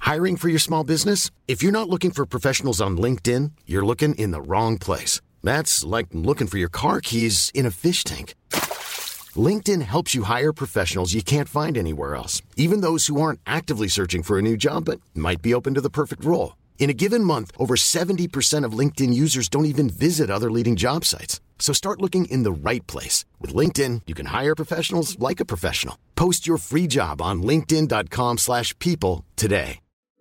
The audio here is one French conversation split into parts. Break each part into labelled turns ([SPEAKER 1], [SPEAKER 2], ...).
[SPEAKER 1] Hiring for your small business? If you're not looking for professionals on LinkedIn, you're looking in the wrong place. That's like looking for your car keys in a fish tank. LinkedIn helps you hire professionals you can't find anywhere else, even those who aren't actively searching for a new job but might be open to the perfect role. In a given month, over 70% of LinkedIn users don't even visit other leading job sites. So start looking in the right place. With LinkedIn, you can hire professionals like a professional. Post your free job on linkedin.com/people today.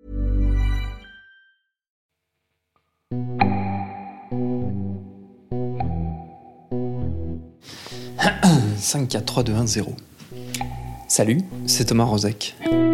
[SPEAKER 1] «
[SPEAKER 2] 5, 4, 3, 2, 1, 0. Salut, c'est Thomas Rozek.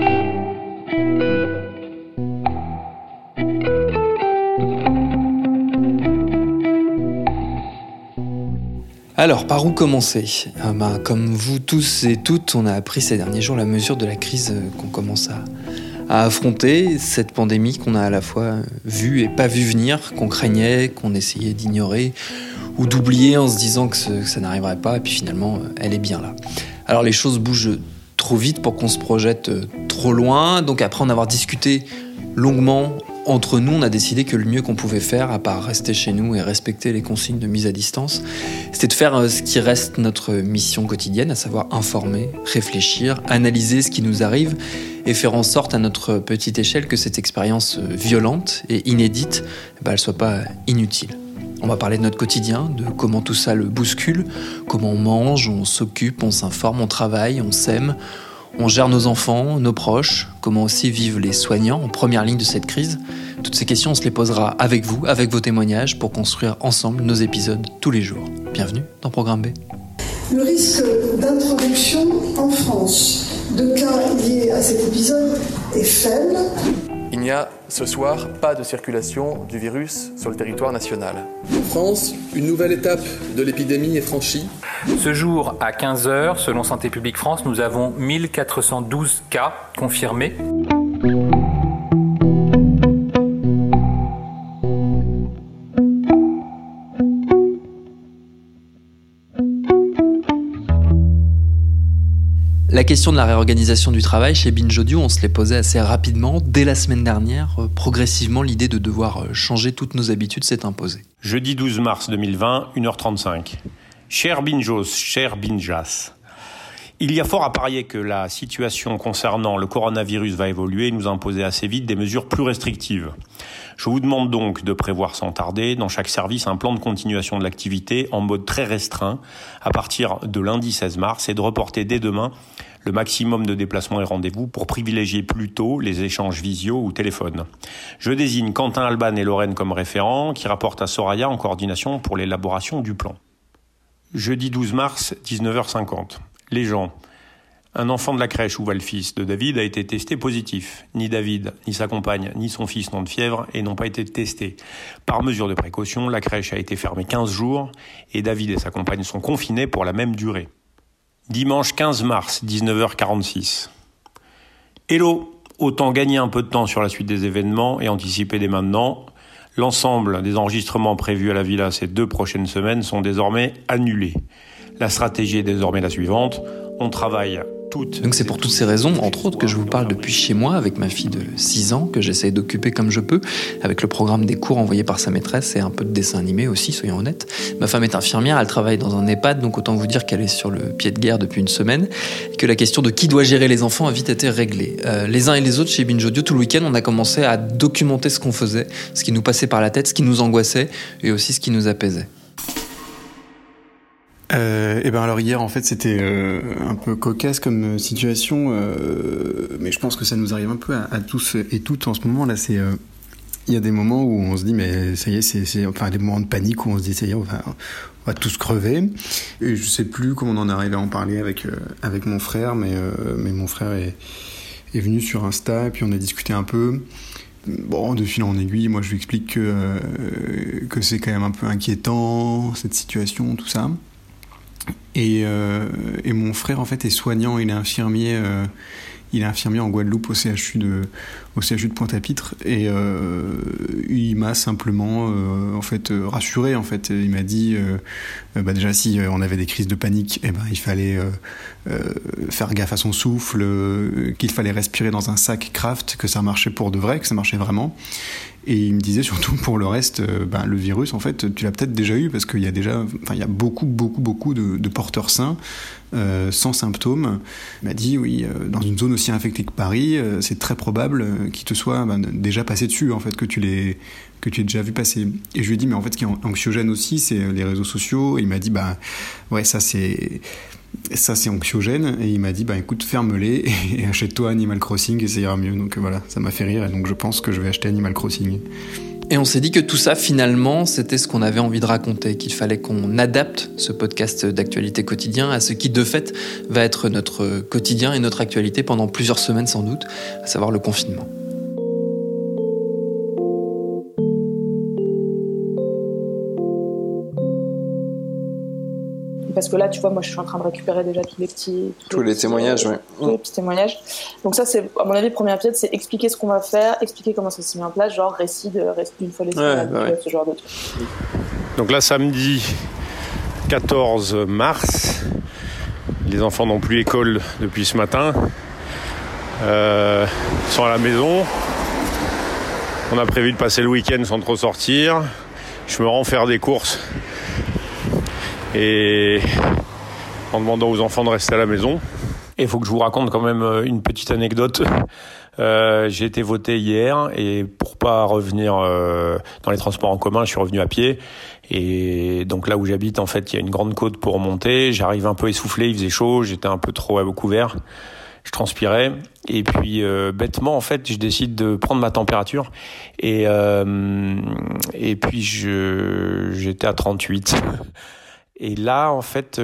[SPEAKER 2] Alors, par où commencer ? Comme vous tous et toutes, on a appris ces derniers jours la mesure de la crise qu'on commence à affronter, cette pandémie qu'on a à la fois vue et pas vue venir, qu'on craignait, qu'on essayait d'ignorer ou d'oublier en se disant que ça n'arriverait pas, et puis finalement, elle est bien là. Alors les choses bougent trop vite pour qu'on se projette trop loin, donc après en avoir discuté longuement entre nous, on a décidé que le mieux qu'on pouvait faire, à part rester chez nous et respecter les consignes de mise à distance, c'était de faire ce qui reste notre mission quotidienne, à savoir informer, réfléchir, analyser ce qui nous arrive et faire en sorte à notre petite échelle que cette expérience violente et inédite, elle soit pas inutile. On va parler de notre quotidien, de comment tout ça le bouscule, comment on mange, on s'occupe, on s'informe, on travaille, on s'aime, on gère nos enfants, nos proches, comment aussi vivent les soignants en première ligne de cette crise. Toutes ces questions, on se les posera avec vous, avec vos témoignages, pour construire ensemble nos épisodes tous les jours. Bienvenue dans Programme B.
[SPEAKER 3] Le risque d'introduction en France de cas liés à cet épisode est faible.
[SPEAKER 4] Il n'y a ce soir pas de circulation du virus sur le territoire national.
[SPEAKER 5] En France, une nouvelle étape de l'épidémie est franchie.
[SPEAKER 6] Ce jour, à 15h, selon Santé publique France, nous avons 1412 cas confirmés.
[SPEAKER 2] La question de la réorganisation du travail chez Binge Audio, on se l'est posée assez rapidement. Dès la semaine dernière, progressivement, l'idée de devoir changer toutes nos habitudes s'est imposée.
[SPEAKER 7] Jeudi 12 mars 2020, 1h35. Chers Bingeos, chers Binjas, il y a fort à parier que la situation concernant le coronavirus va évoluer et nous imposer assez vite des mesures plus restrictives. Je vous demande donc de prévoir sans tarder dans chaque service un plan de continuation de l'activité en mode très restreint à partir de lundi 16 mars et de reporter dès demain le maximum de déplacements et rendez-vous pour privilégier plutôt les échanges visio ou téléphone. Je désigne Quentin Alban et Lorraine comme référents qui rapportent à Soraya en coordination pour l'élaboration du plan. Jeudi 12 mars, 19h50. Les gens. Un enfant de la crèche où va le fils de David a été testé positif. Ni David, ni sa compagne, ni son fils n'ont de fièvre et n'ont pas été testés. Par mesure de précaution, la crèche a été fermée 15 jours et David et sa compagne sont confinés pour la même durée. Dimanche 15 mars, 19h46. Hello, autant gagner un peu de temps sur la suite des événements et anticiper dès maintenant. L'ensemble des enregistrements prévus à la villa ces 2 prochaines semaines sont désormais annulés. La stratégie est désormais la suivante. On travaille toutes.
[SPEAKER 2] Donc c'est pour toutes ces raisons, entre autres, que je vous parle depuis chez moi avec ma fille de 6 ans, que j'essaye d'occuper comme je peux, avec le programme des cours envoyés par sa maîtresse et un peu de dessin animé aussi, soyons honnêtes. Ma femme est infirmière, elle travaille dans un EHPAD, donc autant vous dire qu'elle est sur le pied de guerre depuis une semaine, et que la question de qui doit gérer les enfants a vite été réglée. Les uns et les autres, chez Binge Audio, tout le week-end, on a commencé à documenter ce qu'on faisait, ce qui nous passait par la tête, ce qui nous angoissait, et aussi ce qui nous apaisait.
[SPEAKER 8] Alors hier en fait c'était un peu cocasse comme situation, mais je pense que ça nous arrive un peu à tous et toutes en ce moment là. C'est il y a des moments où on se dit mais ça y est, c'est enfin des moments de panique où on se dit ça y est, on va tous crever. Et je sais plus comment on en est arrivé à en parler avec mon frère, mais mon frère est venu sur Insta et puis on a discuté un peu. Bon, de fil en aiguille, moi je lui explique que c'est quand même un peu inquiétant cette situation, tout ça. Et mon frère en fait est soignant, il est infirmier il est infirmier en Guadeloupe au CHU de Pointe-à-Pitre, et il m'a simplement rassuré. En fait, il m'a dit déjà si on avait des crises de panique, il fallait faire gaffe à son souffle, qu'il fallait respirer dans un sac Kraft, que ça marchait pour de vrai, que ça marchait vraiment. Et il me disait surtout pour le reste, le virus, en fait, tu l'as peut-être déjà eu, parce qu'il y a il y a beaucoup de porteurs sains sans symptômes. Il m'a dit, oui, dans une zone aussi infectée que Paris, c'est très probable qu'il te soit déjà passé dessus, en fait, que tu aies déjà vu passer. Et je lui ai dit, mais en fait, ce qui est anxiogène aussi, c'est les réseaux sociaux. Et il m'a dit, ouais, ça c'est anxiogène. Et il m'a dit, écoute, ferme-les et achète-toi Animal Crossing et ça ira mieux. Donc voilà, ça m'a fait rire, et donc je pense que je vais acheter Animal Crossing.
[SPEAKER 2] Et on s'est dit que tout ça, finalement, c'était ce qu'on avait envie de raconter, qu'il fallait qu'on adapte ce podcast d'actualité quotidien à ce qui, de fait, va être notre quotidien et notre actualité pendant plusieurs semaines sans doute, à savoir le confinement.
[SPEAKER 9] Parce que là, tu vois, moi, je suis en train de récupérer déjà tous les
[SPEAKER 10] témoignages, ouais.
[SPEAKER 9] Tous les petits témoignages. Donc ça, c'est, à mon avis, le premier épisode, c'est expliquer ce qu'on va faire, expliquer comment ça s'est mis en place, genre récit d'une folle escalade, ce genre de trucs.
[SPEAKER 7] Donc là, samedi 14 mars, les enfants n'ont plus école depuis ce matin. Ils sont à la maison. On a prévu de passer le week-end sans trop sortir. Je me rends faire des courses. Et en demandant aux enfants de rester à la maison. Et il faut que je vous raconte quand même une petite anecdote. J'ai été voté hier, et pour pas revenir dans les transports en commun, je suis revenu à pied. Et donc là où j'habite, en fait, il y a une grande côte pour remonter. J'arrive un peu essoufflé, il faisait chaud, j'étais un peu trop à couvert. Je transpirais. Et puis bêtement, en fait, je décide de prendre ma température. Et puis j'étais à 38. Et là, en fait,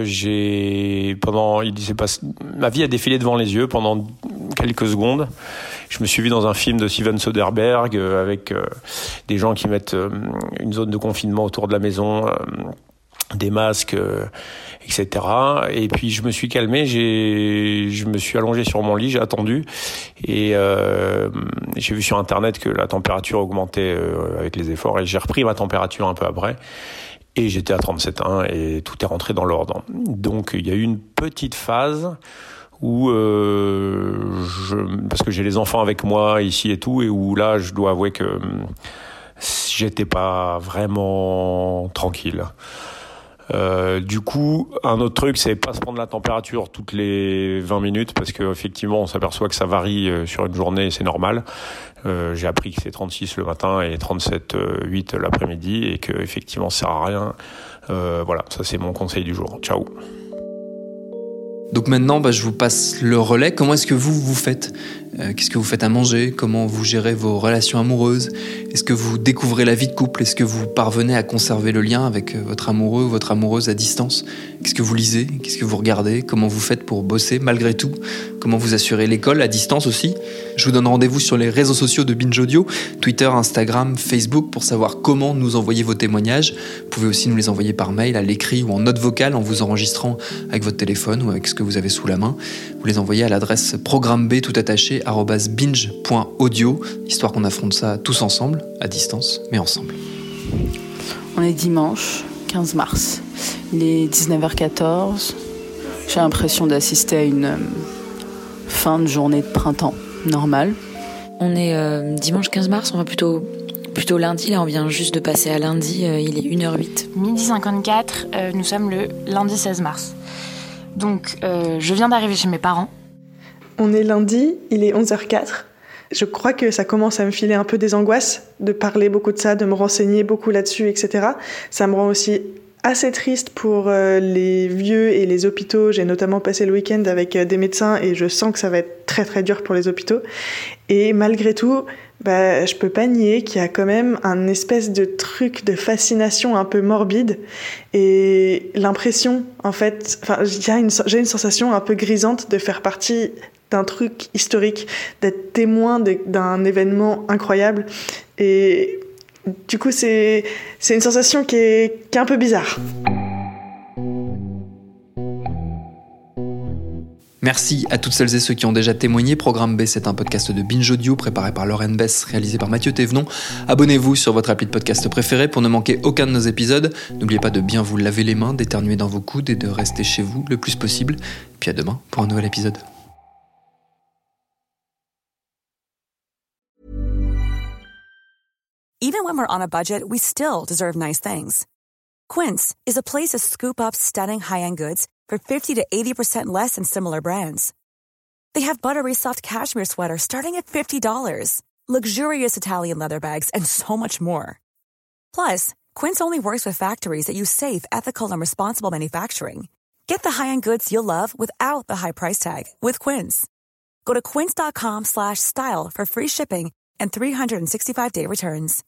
[SPEAKER 7] ma vie a défilé devant les yeux pendant quelques secondes. Je me suis vu dans un film de Steven Soderbergh avec des gens qui mettent une zone de confinement autour de la maison, des masques, etc. Et puis je me suis calmé, je me suis allongé sur mon lit, j'ai attendu, et j'ai vu sur Internet que la température augmentait avec les efforts, et j'ai repris ma température un peu après. Et j'étais à 37,1 et tout est rentré dans l'ordre. Donc il y a eu une petite phase où, parce que j'ai les enfants avec moi ici et tout, et où là je dois avouer que j'étais pas vraiment tranquille. Du coup, un autre truc, c'est pas se prendre la température toutes les 20 minutes, parce qu'effectivement on s'aperçoit que ça varie sur une journée, c'est normal. J'ai appris que c'est 36 le matin et 37,8 l'après-midi, et que effectivement ça sert à rien. Voilà, ça c'est mon conseil du jour. Ciao.
[SPEAKER 2] Donc maintenant, je vous passe le relais. Comment est-ce que vous faites ? Qu'est-ce que vous faites à manger ? Comment vous gérez vos relations amoureuses ? Est-ce que vous découvrez la vie de couple ? Est-ce que vous parvenez à conserver le lien avec votre amoureux ou votre amoureuse à distance ? Qu'est-ce que vous lisez ? Qu'est-ce que vous regardez ? Comment vous faites pour bosser malgré tout ? Comment vous assurez l'école à distance aussi ? Je vous donne rendez-vous sur les réseaux sociaux de Binge Audio, Twitter, Instagram, Facebook, pour savoir comment nous envoyer vos témoignages. Vous pouvez aussi nous les envoyer par mail, à l'écrit ou en note vocale, en vous enregistrant avec votre téléphone ou avec ce que vous avez sous la main. Vous les envoyez à l'adresse programmeb tout attaché @binge.audio, histoire qu'on affronte ça tous ensemble, à distance, mais ensemble.
[SPEAKER 11] On est dimanche 15 mars. Il est 19h14. J'ai l'impression d'assister à une fin de journée de printemps normale.
[SPEAKER 12] On est dimanche 15 mars, on va plutôt lundi. Là, on vient juste de passer à lundi, il est 1h08.
[SPEAKER 13] 12h54, nous sommes le lundi 16 mars. Donc, je viens d'arriver chez mes parents.
[SPEAKER 3] On est lundi, il est 11h04. Je crois que ça commence à me filer un peu des angoisses de parler beaucoup de ça, de me renseigner beaucoup là-dessus, etc. Ça me rend aussi assez triste pour les vieux et les hôpitaux. J'ai notamment passé le week-end avec des médecins et je sens que ça va être très très dur pour les hôpitaux. Et malgré tout, je peux pas nier qu'il y a quand même un espèce de truc de fascination un peu morbide et l'impression, en fait, j'ai une sensation un peu grisante de faire partie d'un truc historique, d'être témoin d'un événement incroyable. Et du coup, c'est une sensation qui est un peu bizarre.
[SPEAKER 2] Merci à toutes celles et ceux qui ont déjà témoigné. Programme B, c'est un podcast de Binge Audio préparé par Lauren Bess, réalisé par Mathieu Thévenon. Abonnez-vous sur votre appli de podcast préféré pour ne manquer aucun de nos épisodes. N'oubliez pas de bien vous laver les mains, d'éternuer dans vos coudes et de rester chez vous le plus possible. Puis à demain pour un nouvel épisode.
[SPEAKER 14] Even when we're on a budget, we still deserve nice things. Quince is a place to scoop up stunning high-end goods for 50 to 80% less than similar brands. They have buttery soft cashmere sweaters starting at $50, luxurious Italian leather bags, and so much more. Plus, Quince only works with factories that use safe, ethical, and responsible manufacturing. Get the high-end goods you'll love without the high price tag with Quince. Go to quince.com/style for free shipping and 365-day returns.